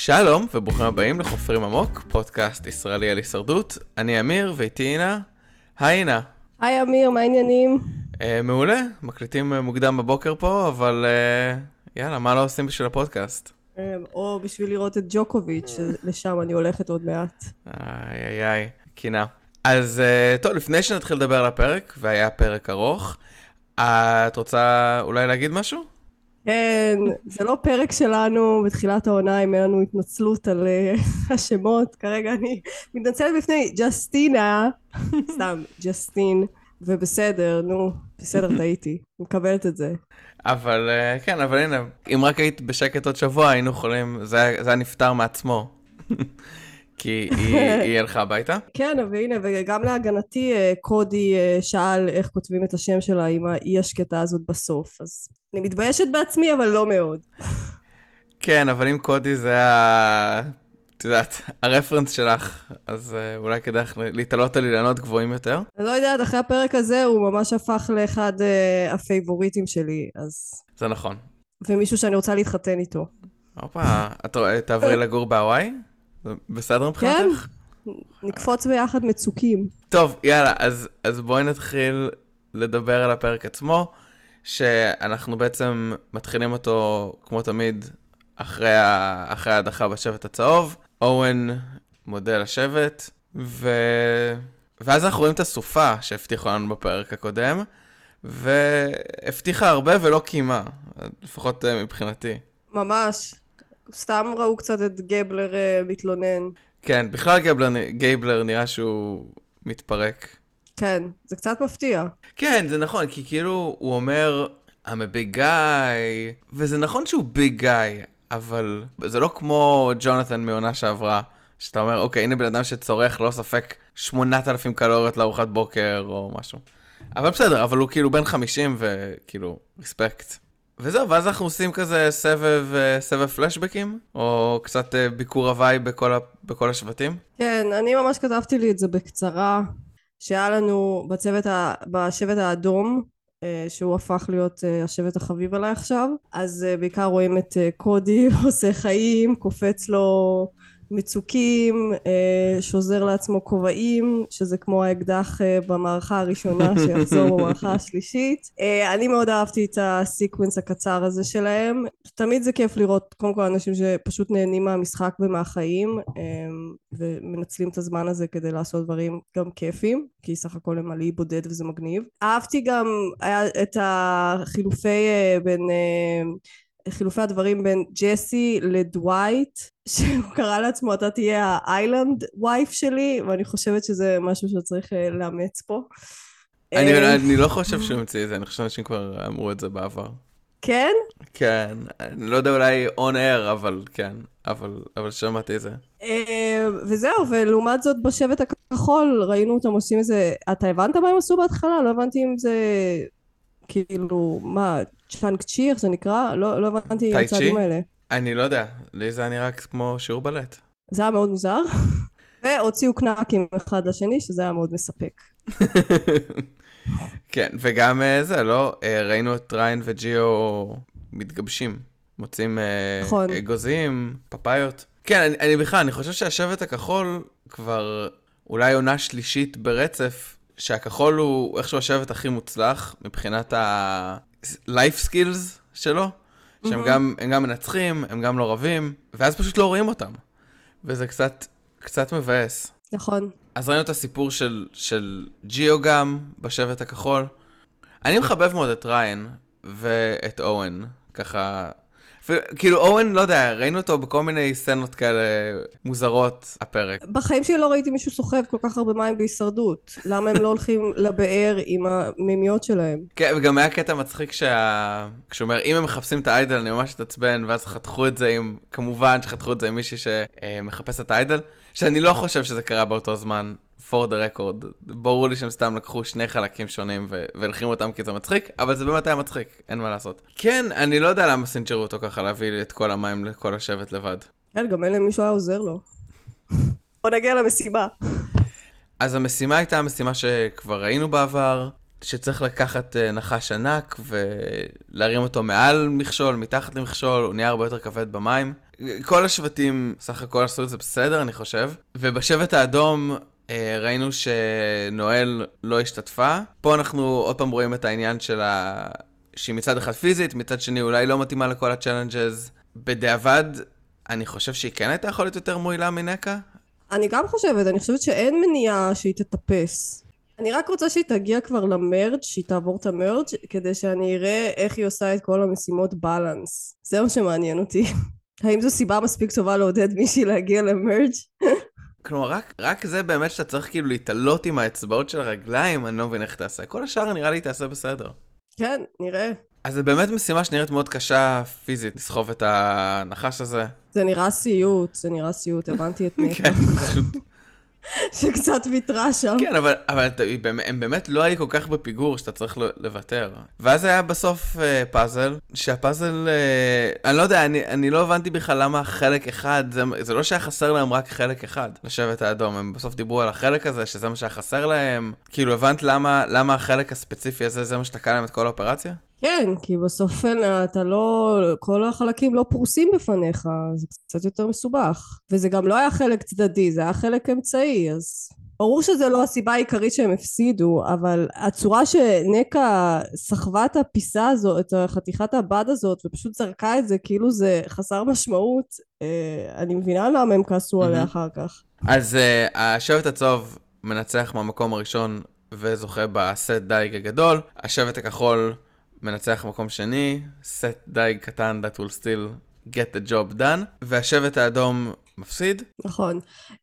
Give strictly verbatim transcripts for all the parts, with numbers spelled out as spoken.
שלום וברוכים הבאים לחופרים עמוק, פודקאסט ישראלי על הישרדות. אני אמיר ואיתי אינה. היי אינה. היי אמיר, מה העניינים? אה, מעולה, מקליטים מוקדם בבוקר פה, אבל אה, יאללה, מה לא עושים בשביל הפודקאסט? אה, או בשביל לראות את ג'וקוביץ', שלשם אני הולכת עוד מעט. איי איי איי, קינה. אז אה, טוב, לפני שנתחיל לדבר על הפרק, והיה פרק ארוך, אה, את רוצה אולי להגיד משהו? כן, זה לא פרק שלנו בתחילת העונה, אם אין לנו התנצלות על אה, השמות. כרגע אני מתנצלת בפני ג'סטינה, סתם, ג'סטין, ובסדר, נו, בסדר, טעיתי, אני מקבלת את זה. אבל אה, כן, אבל הנה, אם רק היית בשקט עוד שבוע, היינו יכולים, זה היה זה היה נפטר מעצמו. כי היא, היא הלכה הביתה. כן, והנה, וגם להגנתי, אה, קודי אה, שאל איך כותבים את השם שלה עם האי השקטה הזאת בסוף, אז אני מתביישת בעצמי, אבל לא מאוד. כן, אבל אם קודי זה ה... את יודעת, הרפרנס שלך, אז uh, אולי כדאי לך להתעלות על אילנות גבוהים יותר. אני לא יודעת, אחרי הפרק הזה הוא ממש הפך לאחד uh, הפייבוריטים שלי, אז... זה נכון. ומישהו שאני רוצה להתחתן איתו. הופה, את תעברי לגור בהוואי? בסדר מבחינתך? כן, נקפוץ ביחד מצוקים. טוב, יאללה, אז, אז בואי נתחיל לדבר על הפרק עצמו, שאנחנו בעצם מתחילים אותו, כמו תמיד, אחרי, ה... אחרי ההדחה בשבט הצהוב. אוהן מודה לשבט, ו... ואז אנחנו רואים את הסופה שהבטיחו לנו בפרק הקודם, והבטיחה הרבה ולא קיימה, לפחות מבחינתי. ממש. סתם ראו קצת את גבלר uh, מתלונן. כן, בכלל גבלר, גבלר נראה שהוא מתפרק. כן, זה קצת מפתיע. כן, זה נכון, כי כאילו הוא אומר, I'm a big guy, וזה נכון שהוא big guy, אבל זה לא כמו ג'ונתן מעונה שעברה, שאתה אומר, אוקיי, הנה בן אדם שצורך, לא ספק, שמונת אלפים קלוריות לארוחת בוקר או משהו. אבל בסדר, אבל הוא כאילו בן חמישים וכאילו, ריספקט. וזהו, ואז אנחנו עושים כזה סבב, סבב פלשבקים, או קצת ביקור הוואי בכל, ה, בכל השבטים. כן, אני ממש כתבתי לי את זה בקצרה, שהיה לנו בצוות ה... בשבט האדום, שהוא הפך להיות השבט החביב עליי עכשיו, אז בעיקר רואים את קודי עושה חיים, קופץ לו מצוקים, שוזר לעצמו כובעים, שזה כמו האקדח במערכה הראשונה שיחזור במערכה השלישית. אני מאוד אהבתי את הסיקוונס הקצר הזה שלהם. תמיד זה כיף לראות קודם כל אנשים שפשוט נהנים מהמשחק ומהחיים, ומנצלים את הזמן הזה כדי לעשות דברים גם כיפים, כי סך הכל הם עלי בודד וזה מגניב. אהבתי גם היה את החילופי בין... חילופי הדברים בין ג'סי לדווייט, שהוא קרא לעצמו, אתה תהיה האיילנד וייף שלי, ואני חושבת שזה משהו שצריך לאמץ פה. אני, אני לא חושב שהוא המציא את זה, אני חושב שהם כבר אמרו את זה בעבר. כן? כן, אני לא יודע אולי on air, אבל כן, אבל, אבל שמעתי את זה. וזהו, ולעומת זאת בשבט הכחול, ראינו אותם עושים איזה, אתה הבנת מה הם עשו בהתחלה? לא הבנתי אם זה... כאילו, מה, צ'אנג צ'י, איך זה נקרא? לא, לא הבנתי את הצעדים האלה. אני לא יודע, לי זה נראה כמו שיעור בלט. זה היה מאוד מוזר. והוציאו קנקים אחד לשני, שזה היה מאוד מספק. כן, וגם זה, לא? ראינו את ריין וג'יו מתגבשים, מוצאים נכון. אגוזים, פפאיות. כן, אני, אני בכלל, אני חושב שהשבט הכחול כבר אולי עונה שלישית ברצף, שהכחול הוא איכשהו השבט הכי מוצלח מבחינת ה-life skills שלו, שהם mm-hmm. גם, הם גם מנצחים, הם גם לא רבים, ואז פשוט לא רואים אותם. וזה קצת, קצת מבאס. נכון. אז ראינו את הסיפור של, של ג'יו גם בשבט הכחול. אני מחבב מאוד את ריין ואת אוהן, ככה... כאילו אוהן, לא יודע, ראינו אותו בכל מיני סצנות כאלה מוזרות הפרק. בחיים שלי לא ראיתי מישהו סוחב כל כך הרבה מים בהישרדות. למה הם לא הולכים לבאר עם המימיות שלהם? כן, וגם היה קטע מצחיק שה... כשהוא אומר, אם הם מחפשים את האיידל, אני ממש אתעצבן, ואז חתכו את זה עם... כמובן שחתכו את זה עם מישהי שמחפש את האיידל, שאני לא חושב שזה קרה באותו זמן. for the record. ברור לי שהם סתם לקחו שני חלקים שונים והלחימו אותם כי זה מצחיק, אבל זה באמת היה מצחיק, אין מה לעשות. כן, אני לא יודע למה סינג'רו אותו ככה להביא את כל המים לכל השבט לבד. כן, גם אין למישהו היה עוזר לו. בוא נגיע למשימה. אז המשימה הייתה המשימה שכבר ראינו בעבר, שצריך לקחת נחש ענק ולהרים אותו מעל מכשול, מתחת למכשול, הוא נהיה הרבה יותר כבד במים. כל השבטים סך הכל עשו את זה בסדר, אני חושב. ובשבט האדום ראינו שנואל לא השתתפה. פה אנחנו עוד פעם רואים את העניין של ה... שהיא מצד אחד פיזית, מצד שני אולי לא מתאימה לכל הצ'אלנג'ז. בדיעבד, אני חושב שהיא כן הייתה יכולת יותר מועילה מנקה. אני גם חושבת, אני חושבת שאין מניעה שהיא תטפס. אני רק רוצה שהיא תגיע כבר למרג', שהיא תעבור את המרג', כדי שאני אראה איך היא עושה את כל המשימות בלנס. זה מה שמעניין אותי. האם זו סיבה מספיק טובה לעודד מישהי להגיע למרג'? כלומר, רק, רק זה באמת שאתה צריך כאילו להתעלות עם האצבעות של הרגליים, אני לא מבין איך תעשה. כל השאר נראה לי תעשה בסדר. כן, נראה. אז זה באמת משימה שנראית מאוד קשה פיזית, לסחוב את הנחש הזה. זה נראה סיוט, זה נראה סיוט, הבנתי את נקה. כן, פשוט... שקצת ויתרה שם. כן, אבל, אבל הם באמת לא היו כל כך בפיגור שאתה צריך לוותר. ואז היה בסוף אה, פאזל, שהפאזל, אה, אני לא יודע, אני, אני לא הבנתי בכלל למה חלק אחד, זה, זה לא שהיה חסר להם רק חלק אחד, לשבט האדום. הם בסוף דיברו על החלק הזה, שזה מה שהיה חסר להם. כאילו, הבנת למה, למה החלק הספציפי הזה, זה מה שתקע להם את כל האופרציה? כן, כי בסוף אתה לא, כל החלקים לא פרוסים בפניך, זה קצת יותר מסובך. וזה גם לא היה חלק צדדי, זה היה חלק אמצעי, אז... ברור שזה לא הסיבה העיקרית שהם הפסידו, אבל הצורה שנקה סחבה את הפיסה הזו, את חתיכת הבד הזאת, ופשוט זרקה את זה, כאילו זה חסר משמעות, אני מבינה למה הם כעסו עליה אחר כך. אז השבט הצהוב מנצח מהמקום הראשון, וזוכה בסט דייג הגדול. השבט הכחול מנצח מקום שני, סט דייג קטן that will still get the job done, והשבט האדום מפסיד. נכון.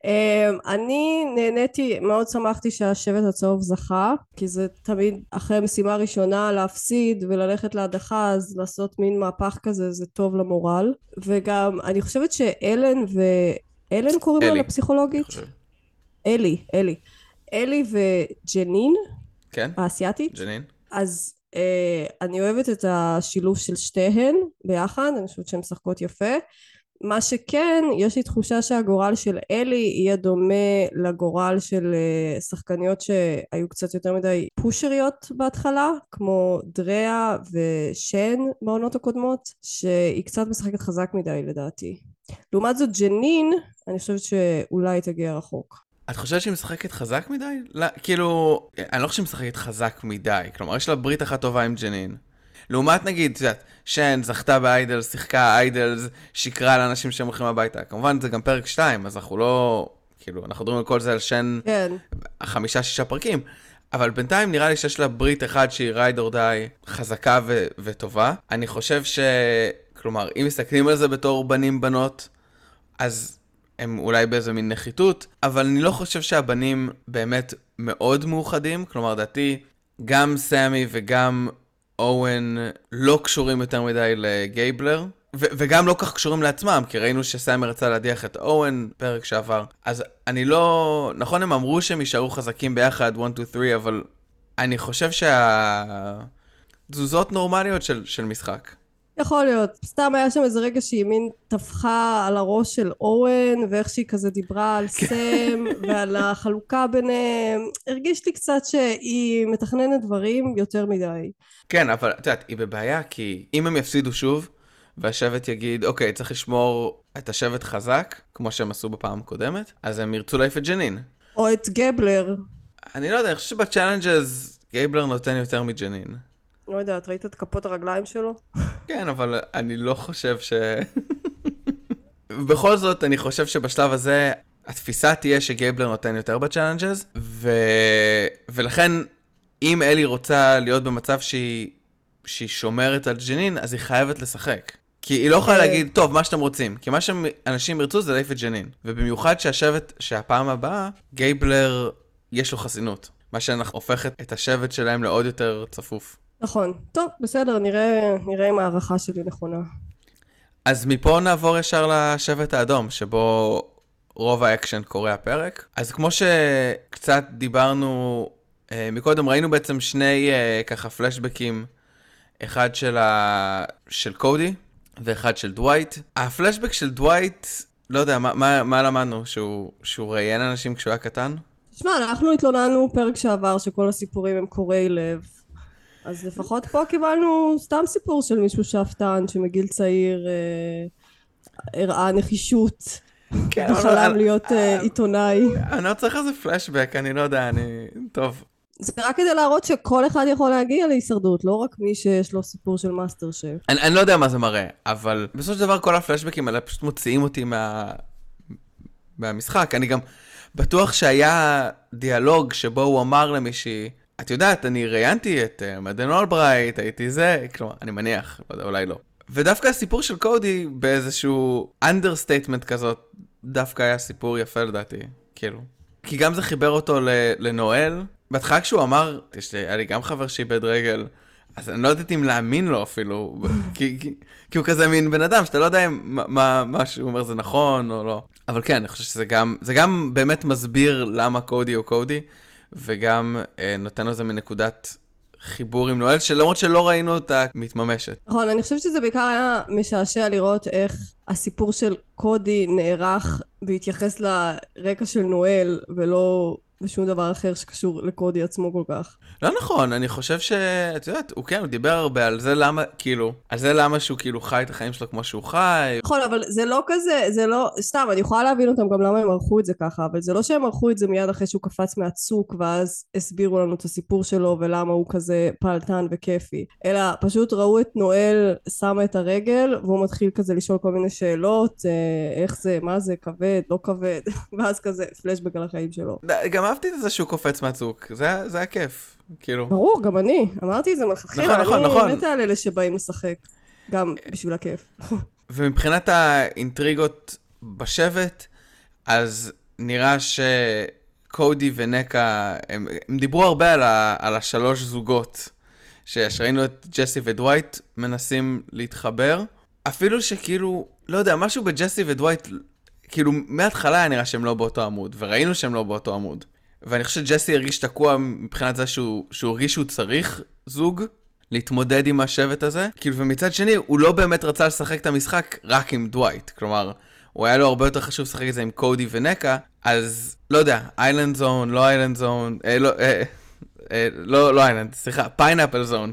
אני נהניתי, מאוד שמחתי שהשבט הצהוב זכה, כי זה תמיד אחרי משימה ראשונה להפסיד וללכת להדחה, אז לעשות מין מהפך כזה, זה טוב למורל. וגם אני חושבת שאלן ו... אלן קוראים לה לפסיכולוגית? אלי, אלי. אלי וג'נין, כן? האסייתית. ג'נין. אז Uh, אני אוהבת את השילוב של שתיהן ביחד, אני חושבת שהן משחקות יפה. מה שכן, יש לי תחושה שהגורל של אלי יהיה דומה לגורל של uh, שחקניות שהיו קצת יותר מדי פושריות בהתחלה, כמו דריה ושן בעונות הקודמות, שהיא קצת משחקת חזק מדי לדעתי. לעומת זאת ג'נין, אני חושבת שאולי תגיע רחוק. את חושבת שהיא משחקת חזק מדי? לא, כאילו, אני לא חושב שהיא משחקת חזק מדי. כלומר, יש לה ברית אחת טובה עם ג'נין. לעומת נגיד, את יודעת, שן זכתה באיידלס, שיחקה איידלס, שיקרה לאנשים שהם הולכים הביתה. כמובן, זה גם פרק שתיים, אז אנחנו לא... כאילו, אנחנו מדברים על כל זה על שן... כן. חמישה, שישה פרקים. אבל בינתיים נראה לי שיש לה ברית אחד שהיא רייד אור די חזקה ו- וטובה. אני חושב ש... כלומר, אם מסתכלים על זה בתור בנים בנות, אז... הם אולי באיזו מין נחיתות, אבל אני לא חושב שהבנים באמת מאוד מאוחדים, כלומר דעתי, גם סמי וגם אוון לא קשורים יותר מדי לגייבלר, ו- וגם לא כך קשורים לעצמם, כי ראינו שסמי רצה להדיח את אוון פרק שעבר, אז אני לא, נכון הם אמרו שהם יישארו חזקים ביחד, אחת, שתיים, שלוש, אבל אני חושב שהתזוזות נורמליות של, של משחק. יכול להיות, סתם היה שם איזה רגע שהיא מין טפחה על הראש של אורן, ואיך שהיא כזה דיברה על סם, ועל החלוקה ביניהם, הרגיש לי קצת שהיא מתכננת דברים יותר מדי. כן, אבל את יודעת, היא בבעיה, כי אם הם יפסידו שוב, והשבט יגיד, אוקיי, צריך לשמור את השבט חזק, כמו שהם עשו בפעם הקודמת, אז הם ירצו להעיף את ג'נין. או את גייבלר. אני לא יודע, אני חושב שבצ'אלנג'ז גייבלר נותן יותר מג'נין. לא יודעת, ראית את כפות הרגליים שלו? כן, אבל אני לא חושב ש... בכל זאת, אני חושב שבשלב הזה, התפיסה תהיה שגייבלר נותן יותר בצ'אלנג'ז, ו... ולכן, אם אלי רוצה להיות במצב שהיא... שהיא שומרת על ג'נין, אז היא חייבת לשחק. כי היא לא יכולה להגיד, טוב, מה שאתם רוצים. כי מה שאנשים ירצו זה להעיף את ג'נין. ובמיוחד שהשבט, שהפעם הבאה, גייבלר יש לו חסינות. מה שאנחנו הופכת את השבט שלהם לעוד יותר צפוף. נכון. טוב, בסדר, נראה, נראה אם הערכה שלי נכונה. אז מפה נעבור ישר לשבט האדום, שבו רוב האקשן קורה הפרק. אז כמו שקצת דיברנו מקודם, ראינו בעצם שני ככה פלשבקים, אחד של, ה... של קודי ואחד של דווייט. הפלשבק של דווייט, לא יודע, מה, מה, מה למדנו? שהוא, שהוא ראיין אנשים כשהוא היה קטן? שמע, אנחנו התלוננו פרק שעבר שכל הסיפורים הם קורי לב, אז לפחות פה קיבלנו סתם סיפור של מישהו שאפתן שמגיל צעיר אה, הראה נחישות כן, וחלם להיות אה, עיתונאי. אני לא צריך איזה פלשבק, אני לא יודע, אני... טוב. זה רק כדי להראות שכל אחד יכול להגיע להישרדות, לא רק מי שיש לו סיפור של מאסטר שף. אני, אני לא יודע מה זה מראה, אבל בסופו של דבר כל הפלשבקים האלה פשוט מוציאים אותי מה... מהמשחק. אני גם בטוח שהיה דיאלוג שבו הוא אמר למישהי, את יודעת, אני ראיינתי את uh, מדן אולברייט, הייתי זה, כלומר, אני מניח, לא יודע, אולי לא. ודווקא הסיפור של קודי באיזשהו understatement כזאת, דווקא היה סיפור יפה לדעתי, כאילו. כי גם זה חיבר אותו לנואל. בהתחלה כשהוא אמר, יש לי, היה לי גם חבר שאיבד רגל, אז אני לא יודעת אם להאמין לו אפילו, כי, כי, כי הוא כזה מין בן אדם, שאתה לא יודע אם מה, מה שהוא אומר זה נכון או לא. אבל כן, אני חושב שזה גם, זה גם באמת מסביר למה קודי הוא קודי, וגם אה, נותן לו זה מנקודת חיבור עם נואל, שלמרות שלא ראינו אותה מתממשת. נכון, אני חושבת שזה בעיקר היה משעשע לראות איך הסיפור של קודי נערך בהתייחס לרקע של נואל, ולא ושום דבר אחר שקשור לקודי עצמו כל כך. לא נכון, אני חושב ש... את יודעת, הוא כן, הוא דיבר הרבה על זה למה, כאילו, על זה למה שהוא כאילו חי את החיים שלו כמו שהוא חי. נכון, אבל זה לא כזה, זה לא, סתם, אני יכולה להבין אותם גם למה הם ערכו את זה ככה, אבל זה לא שהם ערכו את זה מיד אחרי שהוא קפץ מהצוק, ואז הסבירו לנו את הסיפור שלו, ולמה הוא כזה פעלתן וכיפי. אלא פשוט ראו את נואל שמה את הרגל, והוא מתחיל כזה לשאול כל מיני שאלות, איך זה, מה זה, כבד, לא כבד, ואז כזה פלשבק על החיים שלו. גם אהבתי את זה שהוא קופץ מהצוק, זה, זה היה כיף, כאילו. ברור, גם אני, אמרתי את זה מלכתחילה, נכון, נכון, אני נכון. מתה על אלה שבאים לשחק, גם בשביל הכיף. ומבחינת האינטריגות בשבט, אז נראה שקודי ונקה, הם, הם דיברו הרבה על, ה, על השלוש זוגות, שראינו את ג'סי ודווייט מנסים להתחבר, אפילו שכאילו, לא יודע, משהו בג'סי ודווייט, כאילו מההתחלה היה נראה שהם לא באותו עמוד, וראינו שהם לא באותו עמוד. ואני חושב שג'סי הרגיש תקוע מבחינת זה שהוא, שהוא הרגיש שהוא צריך זוג, להתמודד עם השבט הזה. כאילו, ומצד שני, הוא לא באמת רצה לשחק את המשחק רק עם דווייט. כלומר, הוא היה לו הרבה יותר חשוב לשחק את זה עם קודי ונקה, אז לא יודע, איילנד זון, לא איילנד זון, אה, לא, אה, אה, לא, לא איילנד, סליחה, פיינאפל זון.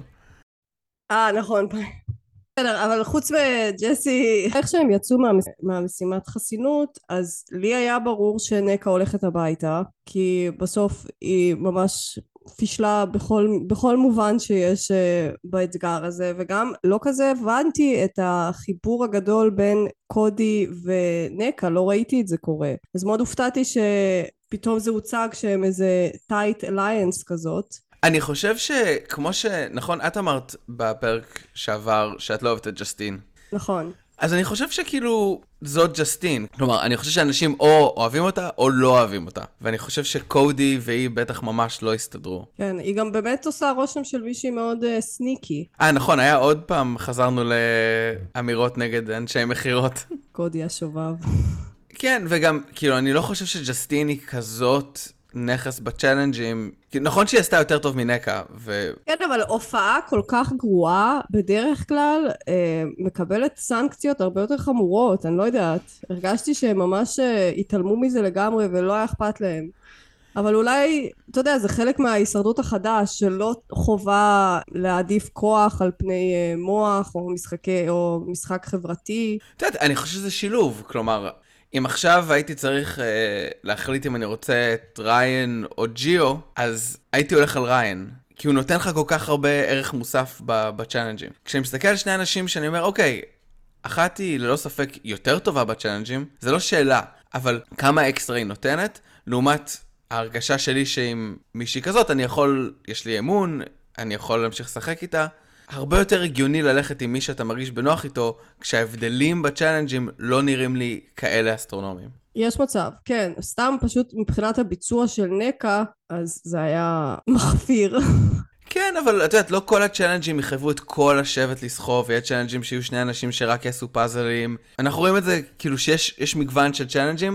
אה, נכון, פיינאפל. בסדר, אבל חוץ מג'סי, איך שהם יצאו מה, מהמשימת חסינות, אז לי היה ברור שנקה הולכת הביתה, כי בסוף היא ממש פישלה בכל, בכל מובן שיש uh, באתגר הזה, וגם לא כזה הבנתי את החיבור הגדול בין קודי ונקה, לא ראיתי את זה קורה. אז מאוד הופתעתי שפתאום זה הוצג שהם איזה טייט אליינס כזאת. אני חושב שכמו ש... נכון, את אמרת בפרק שעבר שאת לא אוהבת את ג'סטין. נכון. אז אני חושב שכאילו זאת ג'סטין. כלומר, אני חושב שאנשים או אוהבים אותה או לא אוהבים אותה. ואני חושב שקודי והיא בטח ממש לא הסתדרו. כן, היא גם באמת עושה רושם של מישהי מאוד uh, סניקי. אה, נכון, היה עוד פעם, חזרנו לאמירות נגד אנשי מחירות. קודי השובב. כן, וגם, כאילו, אני לא חושב שג'סטין היא כזאת נכס בצ'לנג'ים. נכון שהיא עשתה יותר טוב מנקה, ו... כן, אבל הופעה כל כך גרועה, בדרך כלל, אה, מקבלת סנקציות הרבה יותר חמורות, אני לא יודעת. הרגשתי שהם ממש אה, התעלמו מזה לגמרי ולא היה אכפת להם. אבל אולי, אתה יודע, זה חלק מההישרדות החדש, שלא חובה להעדיף כוח על פני אה, מוח, או משחקי, או משחק חברתי. אתה יודע, אני חושב שזה שילוב, כלומר... אם עכשיו הייתי צריך אה, להחליט אם אני רוצה את ריין או ג'יו, אז הייתי הולך על ריין. כי הוא נותן לך כל כך הרבה ערך מוסף בצ'אלנג'ים. כשאני מסתכל על שני אנשים שאני אומר, אוקיי, אחת היא ללא ספק יותר טובה בצ'אלנג'ים, זה לא שאלה, אבל כמה אקסטרה היא נותנת, לעומת ההרגשה שלי שעם מישהי כזאת, אני יכול, יש לי אמון, אני יכול להמשיך לשחק איתה, הרבה יותר הגיוני ללכת עם מי שאתה מרגיש בנוח איתו, כשההבדלים בצ'אלנג'ים לא נראים לי כאלה אסטרונומיים. יש מצב, כן. סתם פשוט מבחינת הביצוע של נקה, אז זה היה מחפיר. כן, אבל את יודעת, לא כל הצ'אלנג'ים יחייבו את כל השבט לסחוב, ויהיה צ'אלנג'ים שיהיו שני אנשים שרק יעשו פאזלים. אנחנו רואים את זה כאילו שיש יש מגוון של צ'אלנג'ים,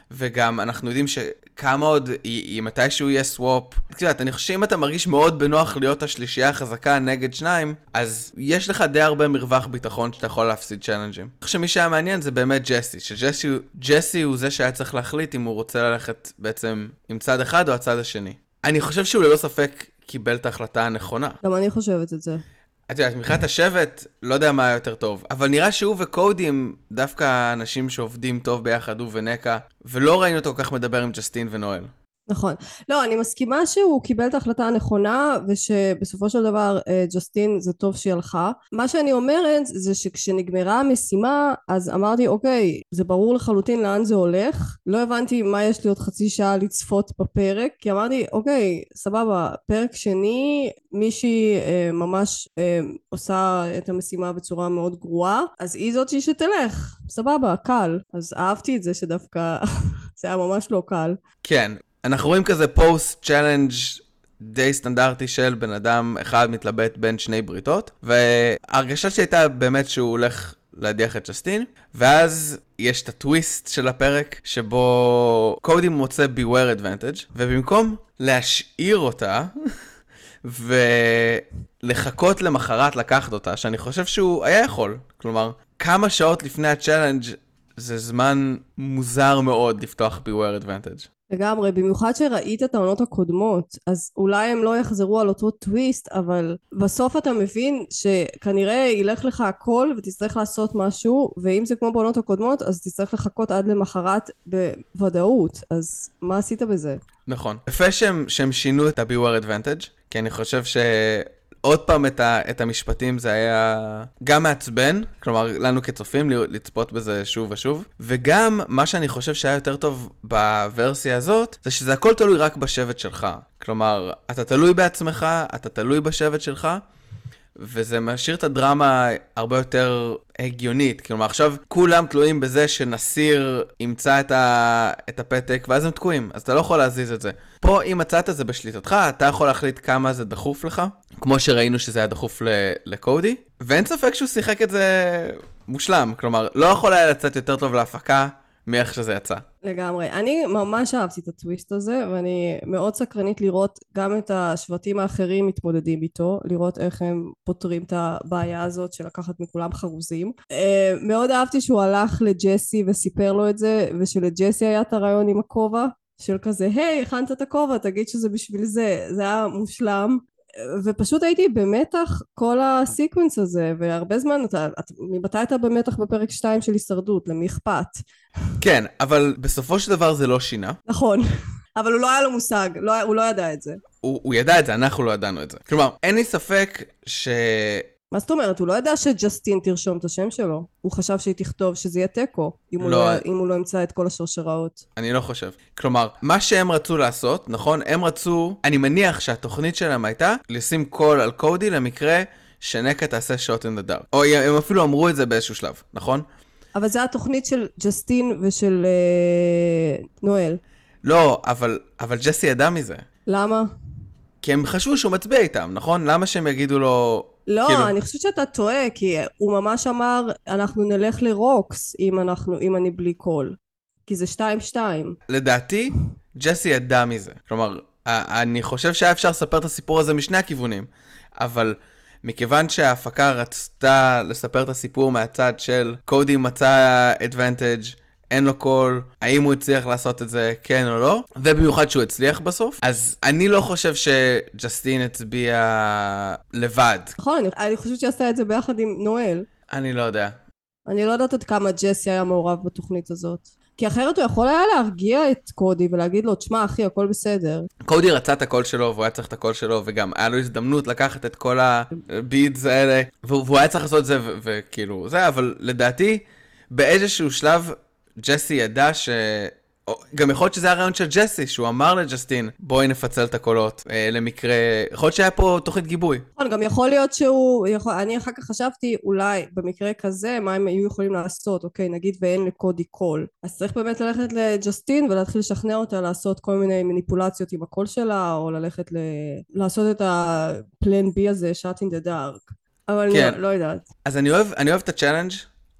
וגם אנחנו יודעים שכמה עוד, היא מתישהו יהיה סוואפ. תקשיבת, אני חושב שאם אתה מרגיש מאוד בנוח להיות השלישייה החזקה נגד שניים, אז יש לך די הרבה מרווח ביטחון שאתה יכול להפסיד צ'אלנג'ים. אני חושב שמי שהיה מעניין זה באמת ג'סי, שג'סי ג'סי הוא זה שהיה צריך להחליט אם הוא רוצה ללכת בעצם עם צד אחד או הצד השני. אני חושב שהוא ללא ספק קיבל את ההחלטה הנכונה. גם אני חושבת את זה. את יודעת, מבחינת השבט, לא יודע מה יותר טוב, אבל נראה שהוא וקודי הם דווקא אנשים שעובדים טוב ביחד, הוא ונקה, ולא ראינו אותו כל כך מדבר עם ג'סטין ונואל. נכון. לא, אני מסכימה שהוא קיבל את ההחלטה הנכונה, ושבסופו של דבר ג'סטין זה טוב שהיא הלכה. מה שאני אומרת זה שכשנגמרה המשימה, אז אמרתי, אוקיי, זה ברור לחלוטין לאן זה הולך. לא הבנתי מה יש לי עוד חצי שעה לצפות בפרק, כי אמרתי, אוקיי, סבבה, פרק שני, מישהי אה, ממש אה, עושה את המשימה בצורה מאוד גרועה, אז היא זאת שתלך. סבבה, קל. אז אהבתי את זה שדווקא זה היה ממש לא קל. כן. אנחנו רואים כזה פוסט צ'אלנג' די סטנדרטי של בן אדם אחד מתלבט בין שני בריתות, וההרגשה שהייתה באמת שהוא הולך להדיח את ג'סטין, ואז יש את הטוויסט של הפרק שבו קודי מוצא beware advantage, ובמקום להשאיר אותה ולחכות למחרת לקחת אותה, שאני חושב שהוא היה יכול, כלומר כמה שעות לפני הצ'אלנג' זה זמן מוזר מאוד לפתוח beware advantage. לגמרי, במיוחד שראית את העונות הקודמות, אז אולי הם לא יחזרו על אותו טוויסט, אבל בסוף אתה מבין שכנראה ילך לך הכל ותצטרך לעשות משהו, ואם זה כמו בעונות הקודמות, אז תצטרך לחכות עד למחרת בוודאות, אז מה עשית בזה? נכון. יפה שהם, שהם שינו את ה-Beware Advantage, כי אני חושב ש... עוד פעם את, ה, את המשפטים זה היה גם מעצבן, כלומר לנו כצופים לצפות בזה שוב ושוב, וגם מה שאני חושב שהיה יותר טוב בוורסיה הזאת, זה שזה הכל תלוי רק בשבט שלך. כלומר, אתה תלוי בעצמך, אתה תלוי בשבט שלך, וזה משאיר את הדרמה הרבה יותר הגיונית. כלומר, עכשיו כולם תלויים בזה שנסיר ימצא את, ה... את הפתק, ואז הם תקועים, אז אתה לא יכול להזיז את זה. פה, אם מצאת את זה בשליטתך, אתה יכול להחליט כמה זה דחוף לך, כמו שראינו שזה היה דחוף ל... לקודי, ואין ספק שהוא שיחק את זה מושלם. כלומר, לא יכול היה לצאת יותר טוב להפקה, מאיך שזה יצא. לגמרי. אני ממש אהבתי את הטוויסט הזה, ואני מאוד סקרנית לראות גם את השבטים האחרים מתמודדים איתו, לראות איך הם פותרים את הבעיה הזאת של לקחת מכולם חרוזים. מאוד אהבתי שהוא הלך לג'סי וסיפר לו את זה, ושלג'סי היה את הרעיון עם הכובע, של כזה, היי, הכנת את הכובע, תגיד שזה בשביל זה. זה היה מושלם. ופשוט הייתי במתח כל הסיקוונס הזה, והרבה זמן, אתה, מבטא אתה במתח בפרק שתיים של הישרדות, למי אכפת? כן, אבל בסופו של דבר זה לא שינה. נכון, אבל הוא לא היה לו מושג, לא, הוא לא ידע את זה. הוא, הוא ידע את זה, אנחנו לא ידענו את זה. כלומר, אין לי ספק ש... מה זאת אומרת? הוא לא ידע שג'סטין תרשום את השם שלו. הוא חשב שהיא תכתוב שזה יהיה טקו, אם, לא... הוא לא, אם הוא לא ימצא את כל השרשראות. אני לא חושב. כלומר, מה שהם רצו לעשות, נכון? הם רצו, אני מניח שהתוכנית שלהם הייתה, לשים קול על קודי למקרה שנקה תעשה שוט אין דה דארק. או הם אפילו אמרו את זה באיזשהו שלב, נכון? אבל זה התוכנית של ג'סטין ושל אה, נואל. לא, אבל, אבל ג'סי ידע מזה. למה? כי הם חשבו שהוא מצביע איתם, נכון? למה שהם יגידו לו... לא, כאילו... אני חושבת שאתה טועה, כי הוא ממש אמר, אנחנו נלך לרוקס אם, אנחנו, אם אני בלי קול. כי זה שתיים שתיים. לדעתי, ג'סי ידע מזה. כלומר, אני חושב שהיה אפשר לספר את הסיפור הזה משני הכיוונים, אבל מכיוון שההפקה רצתה לספר את הסיפור מהצד של קודי מצא advantage, אין לו קול, האם הוא הצליח לעשות את זה, כן או לא, ובמיוחד שהוא הצליח בסוף, אז אני לא חושב שג'סטין הצביע לבד. נכון, אני, אני חושבת שעשתה את זה ביחד עם נואל. אני לא יודע. אני לא יודעת עד כמה ג'סי היה מעורב בתוכנית הזאת. כי אחרת הוא יכול היה להרגיע את קודי ולהגיד לו, תשמע אחי, הכל בסדר. קודי רצה את הקול שלו, והוא היה צריך את הקול שלו, וגם היה לו הזדמנות לקחת את כל הבידס האלה, והוא היה צריך לעשות את זה, וכאילו, זה, אבל לדעתי, באיזשהו שלב, ג'סי ידע ש... גם יכול להיות שזה הרעיון של ג'סי, שהוא אמר לג'סטין, בואי נפצל את הקולות אה, למקרה... יכול להיות שהיה פה תוכנית גיבוי. גם יכול להיות שהוא... יכול... אני אחר כך חשבתי, אולי במקרה כזה, מה הם היו יכולים לעשות, אוקיי, נגיד ואין לקודי קול. אז צריך באמת ללכת לג'סטין ולהתחיל לשכנע אותה לעשות כל מיני מניפולציות עם הקול שלה, או ללכת ל... לעשות את הפלן בי הזה, shot in the dark. אבל כן. לא, לא יודעת. אז אני אוהב, אני אוהב את הצ'אלנג'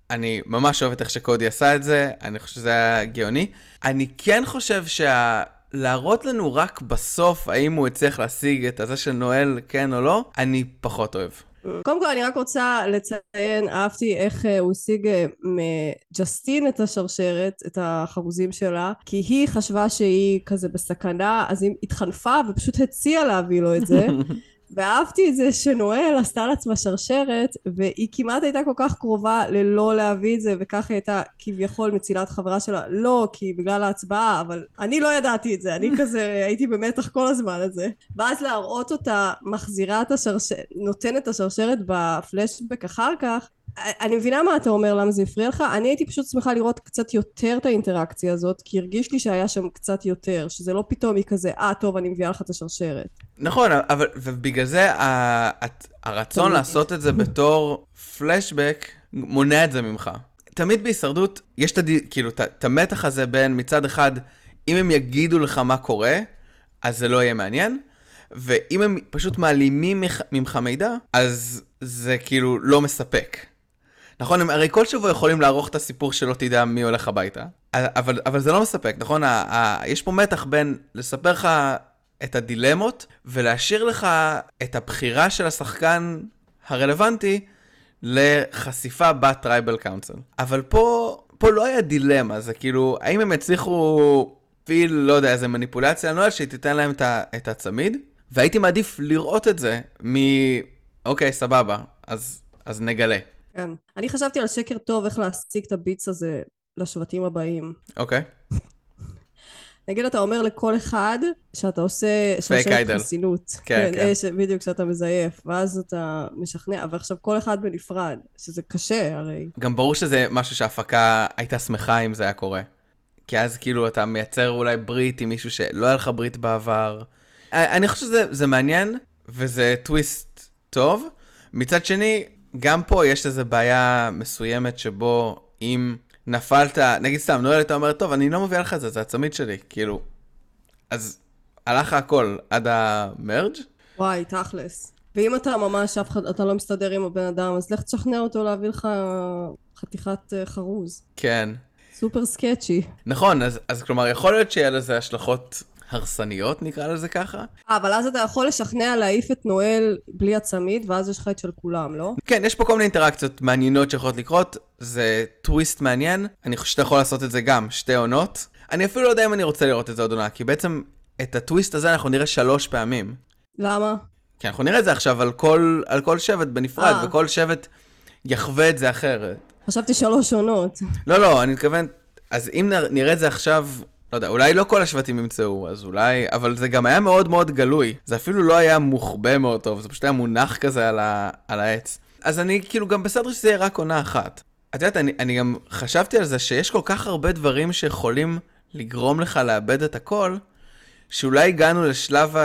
אני ממש אוהבת איך שקודי עשה את זה, אני חושב שזה היה גאוני. אני כן חושב שלהראות לנו רק בסוף האם הוא הצליח להשיג את הזה של נואל כן או לא, אני פחות אוהב. קודם כל אני רק רוצה לציין, אהבתי איך הוא השיג מג'סטין את השרשרת, את החרוזים שלה, כי היא חשבה שהיא כזה בסכנה, אז היא התחנפה ופשוט הציעה להביא לו את זה. ואהבתי את זה שנואל עשתה לעצמה שרשרת, והיא כמעט הייתה כל כך קרובה ללא להביא את זה, וכך היא הייתה כביכול מצילת חברה שלה, לא כי בגלל ההצבעה, אבל אני לא ידעתי את זה, אני כזה הייתי במתח כל הזמן הזה. ואז להראות אותה מחזירה את השרשרת, נותנת את השרשרת בפלשבק אחר כך, אני מבינה מה אתה אומר, למה זה הפריע לך, אני הייתי פשוט שמחה לראות קצת יותר את האינטראקציה הזאת, כי הרגיש לי שהיה שם קצת יותר, שזה לא פתאום היא כזה, אה טוב אני מביאה לך את השרשרת. נכון, אבל ובגלל זה הרצון לעשות את זה בתור פלשבק מונע את זה ממך. תמיד בהישרדות יש את כאילו את המתח הזה בין מצד אחד, אם הם יגידו לך מה קורה, אז זה לא יהיה מעניין, ואם הם פשוט מעלימים ממך מידע, אז זה כאילו לא מספק. נכון, הם הרי כל שבוע יכולים לערוך את הסיפור שלא תדע מי הולך הביתה, אבל, אבל זה לא מספק, נכון? ה, ה, יש פה מתח בין לספר לך את הדילמות, ולהשאיר לך את הבחירה של השחקן הרלוונטי לחשיפה בטרייבל קאונסל. אבל פה, פה לא היה דילמה, זה כאילו, האם הם הצליחו פיל, לא יודע, איזה מניפולציה, אני לא יודע שהיא תיתן להם את, ה, את הצמיד, והייתי מעדיף לראות את זה מ... אוקיי, סבבה, אז, אז נגלה. כן. אני חשבתי על שקר טוב איך להשיג את הביץ הזה לשבטים הבאים. אוקיי. נגיד אתה אומר לכל אחד שאתה עושה שרשרת חסינות. כן, כן. כן. בדיוק שאתה מזייף, ואז אתה משכנע, אבל עכשיו כל אחד בנפרד, שזה קשה הרי. גם ברור שזה משהו שההפקה הייתה שמחה אם זה היה קורה. כי אז כאילו אתה מייצר אולי ברית עם מישהו שלא היה לך ברית בעבר. אני חושב שזה מעניין, וזה טוויסט טוב. מצד שני, גם פה יש איזו בעיה מסוימת שבו אם נפלת, נגיד סתם, נואל אתה אומר, טוב, אני לא מביא לך את זה, זה הצמיד שלי, כאילו. אז הלך הכל עד המרג'? וואי, תכלס. ואם אתה ממש, אף אחד, אתה לא מסתדר עם הבן אדם, אז לך תשכנע אותו להביא לך חתיכת חרוז. כן. סופר סקצ'י. נכון, אז, אז כלומר, יכול להיות שיהיה לזה השלכות הרסניות, נקרא לזה ככה. אבל אז אתה יכול לשכנע להעיף את נואל בלי הצמיד, ואז יש לך את של כולם, לא? כן, יש פה כל מיני אינטראקציות מעניינות שיכולות לקרות, זה טוויסט מעניין, אני חושב שאתה יכול לעשות את זה גם, שתי עונות. אני אפילו לא יודע אם אני רוצה לראות את זה עוד עונה, כי בעצם את הטוויסט הזה אנחנו נראה שלוש פעמים. למה? כי אנחנו נראה את זה עכשיו על כל, על כל שבט בנפרד, 아. וכל שבט יחווה את זה אחרת. חשבתי שלוש עונות. לא, לא, אני מתכוון, אז אם נראה את זה עכשיו... לא יודע, אולי לא כל השבטים ימצאו, אז אולי, אבל זה גם היה מאוד מאוד גלוי. זה אפילו לא היה מוחבא מאוד טוב, זה פשוט היה מונח כזה על, ה, על העץ. אז אני כאילו גם בסדר שזה יהיה רק עונה אחת. את יודעת, אני, אני גם חשבתי על זה שיש כל כך הרבה דברים שיכולים לגרום לך לאבד את הכל, שאולי הגענו לשלב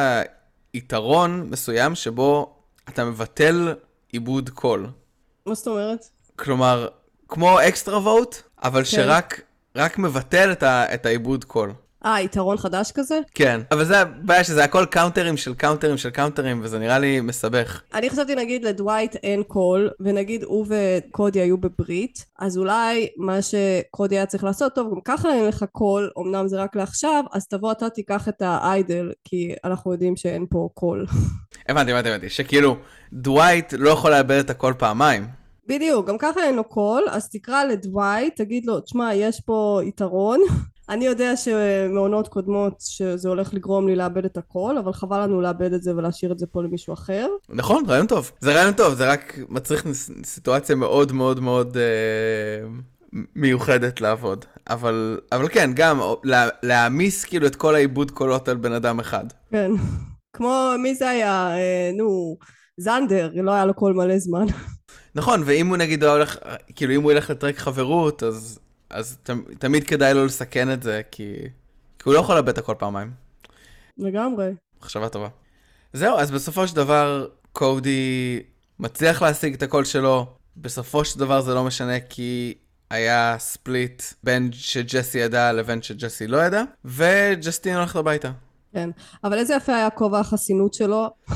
היתרון מסוים שבו אתה מבטל עיבוד קול. מה זאת אומרת? כלומר, כמו אקסטרה ווט, אבל כן. שרק... רק מבטל את, ה, את העיבוד קול. אה, יתרון חדש כזה? כן, אבל זה הבעיה שזה הכל קאונטרים של קאונטרים של קאונטרים, וזה נראה לי מסבך. אני חשבתי נגיד לדווייט אין קול, ונגיד הוא וקודי היו בברית, אז אולי מה שקודי היה צריך לעשות, טוב, גם ככה אין לך קול, אמנם זה רק לעכשיו, אז תבוא אתה תיקח את האיידל, כי אנחנו יודעים שאין פה קול. הבנתי, הבנתי, הבנתי, שכאילו דווייט לא יכול לאבד את הקול פעמיים. בדיוק, גם ככה אין לו קול, אז תקרא לדווייט, תגיד לו, תשמע, יש פה יתרון, אני יודע שמעונות קודמות שזה הולך לגרום לי לאבד את הקול, אבל חבל לנו לאבד את זה ולהשאיר את זה פה למישהו אחר. נכון, רעיון טוב. זה רעיון טוב, זה רק מצריך סיטואציה מאוד מאוד מאוד אה, מיוחדת לעבוד. אבל, אבל כן, גם לה, להעמיס כאילו את כל העיבוד קולות על בן אדם אחד. כן, כמו מי זה היה, אה, נו, זנדר, לא היה לו קול מלא זמן. נכון, ואם הוא נגיד הולך, כאילו אם הוא ילך לטרק חברות, אז, אז ת, תמיד כדאי לו לסכן את זה, כי, כי הוא לא יכול לאבד את הכל פעמיים. לגמרי. מחשבה טובה. זהו, אז בסופו של דבר, קודי מצליח להשיג את הקול שלו, בסופו של דבר זה לא משנה, כי היה ספליט בין שג'סי ידע לבין שג'סי לא ידע, וג'סטין הולכת הביתה. כן, אבל איזה יפה היה כובע החסינות שלו.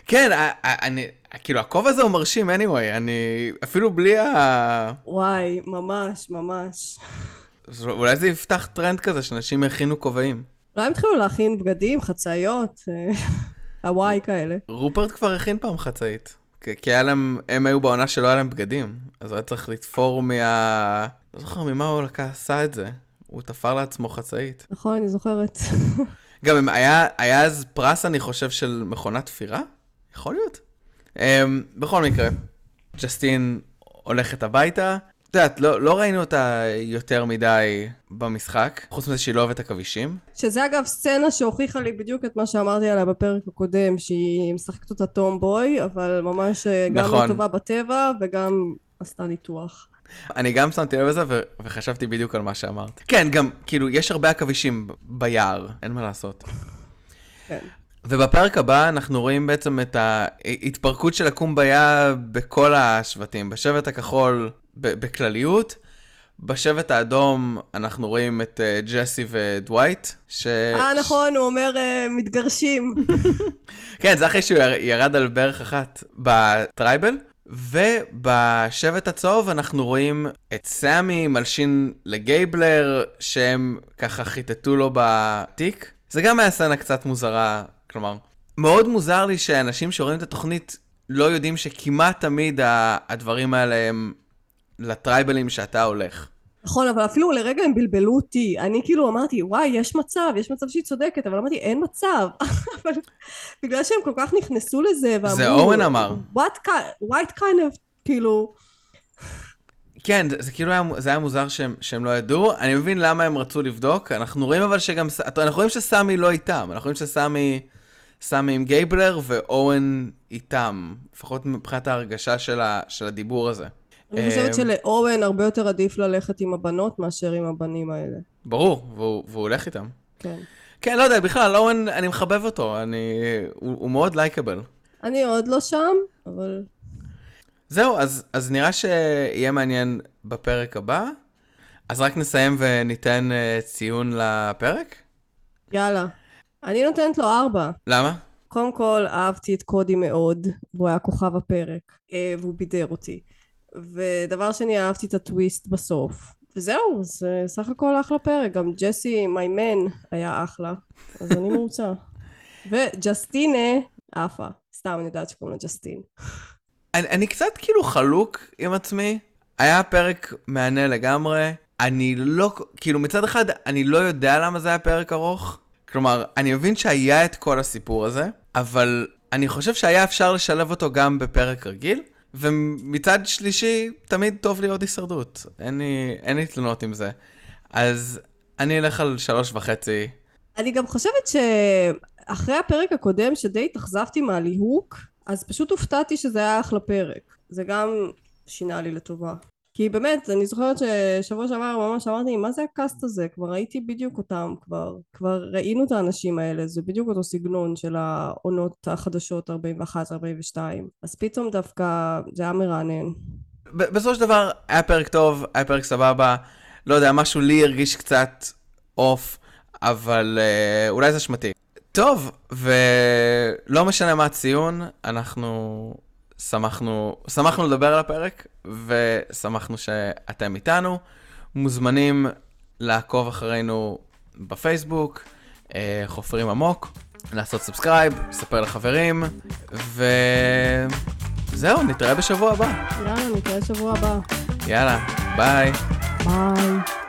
כן, אני, כאילו, הכובע הזה הוא מרשים, anyway, אני, אפילו בלי ה... וואי, ממש, ממש. אולי זה יפתח טרנד כזה, שאנשים הכינו כובעים. אולי הם התחילו להכין בגדים, חצאיות, הוואי כאלה. רופרט כבר הכין פעם חצאית. כי היה להם, הם היו בעונה שלא היה להם בגדים. אז הוא היה צריך לתפור מה... לא זוכר ממה הוא עשה את זה. הוא תפר לעצמו חצאית. נכון, אני זוכרת. גם היה, היה אז פרס, אני חושב, של מכונת תפירה? יכול להיות. Um, בכל מקרה, ג'סטין הולכת הביתה. את יודעת, לא, לא ראינו אותה יותר מדי במשחק, חוץ מזה שהיא לא אוהבת הכבישים. שזה אגב סצנה שהוכיחה לי בדיוק את מה שאמרתי עליה בפרק הקודם, שהיא משחקת אותה טומבוי, אבל ממש גם נכון. לא טובה בטבע וגם עשתה ניתוח. אני גם שמתי לב לזה ו- וחשבתי בדיוק על מה שאמרת. כן, גם, כאילו, יש הרבה הכבישים ביער, אין מה לעשות. כן. ובפרק הבא אנחנו רואים בעצם את ההתפרקות של הקומביה בכל השבטים. בשבט הכחול בכלליות, בשבט האדום אנחנו רואים את ג'סי ודווייט. ש... אה, נכון, הוא אומר מתגרשים. כן, זה אחרי שהוא ירד על בערך אחת בטרייבל. ובשבט הצהוב אנחנו רואים את סמי מלשין לגייבלר, שהם ככה חיטטו לו בתיק. זה גם היה סצנה קצת מוזרה, כלומר, מאוד מוזר לי שאנשים שרואים את התוכנית לא יודעים שכמעט תמיד הדברים האלה הם לטרייבלים שאתה הולך. נכון, אבל אפילו לרגע הם בלבלו אותי. אני כאילו אמרתי, וואי, יש מצב, יש מצב שהיא צודקת, אבל אמרתי, אין מצב. אבל בגלל שהם כל כך נכנסו לזה, ואמרו... זה אורן אמר. What, what kind of, כאילו... כן, זה, זה כאילו היה, זה היה מוזר שהם, שהם לא ידעו. אני מבין למה הם רצו לבדוק. אנחנו רואים אבל שגם... אנחנו רואים שסמי לא איתם. אנחנו רואים שסמי... סמי עם גייבלר ואורן איתם. לפחות מבחינת ההרגשה של, ה, של הדיבור הזה. אני חושבת שלאורן הרבה יותר עדיף ללכת עם הבנות מאשר עם הבנים האלה. ברור, והוא, והוא הולך איתם. כן. כן, לא יודע, בכלל, אורן, אני מחבב אותו. אני, הוא, הוא מאוד לייקבל. אני עוד לא שם, אבל... זהו, אז, אז נראה שיהיה מעניין בפרק הבא. אז רק נסיים וניתן uh, ציון לפרק? יאללה. אני נותנת לו ארבע. למה? קודם כל, אהבתי את קודי מאוד, והוא היה כוכב הפרק, והוא בידר אותי. ודבר שני, אהבתי את הטוויסט בסוף. וזהו, זה סך הכל אחלה פרק. גם ג'סי, my man, היה אחלה. אז אני מרוצה. וג'סטינה, אפה. סתם, אני יודעת שקוראים לה ג'סטין. אני, אני קצת כאילו חלוק עם עצמי. היה פרק מענה לגמרי. אני לא, כאילו מצד אחד, אני לא יודע למה זה היה פרק ארוך. כלומר, אני מבין שהיה את כל הסיפור הזה, אבל אני חושב שהיה אפשר לשלב אותו גם בפרק רגיל. ומצד שלישי, תמיד טוב להיות הישרדות. אין לי, אין לי תלונות עם זה. אז אני אלך על שלוש וחצי. אני גם חושבת שאחרי הפרק הקודם, שדי התאכזבתי מהליהוק, אז פשוט הופתעתי שזה היה אחלה פרק. זה גם שינה לי לטובה. כי באמת, אני זוכרת ששבוע שעבר ממש אמרתי, מה זה הקאסט הזה? כבר ראיתי בדיוק אותם, כבר, כבר ראינו את האנשים האלה, זה בדיוק אותו סגנון של העונות החדשות ארבעים ואחת ארבעים ושתיים. אז פתאום דווקא זה היה מרענן. בסופו של דבר, היה פרק טוב, היה פרק סבבה, לא יודע, משהו לי הרגיש קצת אוף, אבל אה, אולי זה שמתי. טוב, ולא משנה מה הציון, אנחנו... שמחנו, שמחנו לדבר על הפרק, ושמחנו שאתם איתנו. מוזמנים לעקוב אחרינו בפייסבוק, חופרים עמוק, לעשות סאבסקרייב, לספר לחברים, וזהו, נתראה בשבוע הבא. יאללה, נתראה בשבוע הבא. יאללה, ביי. ביי.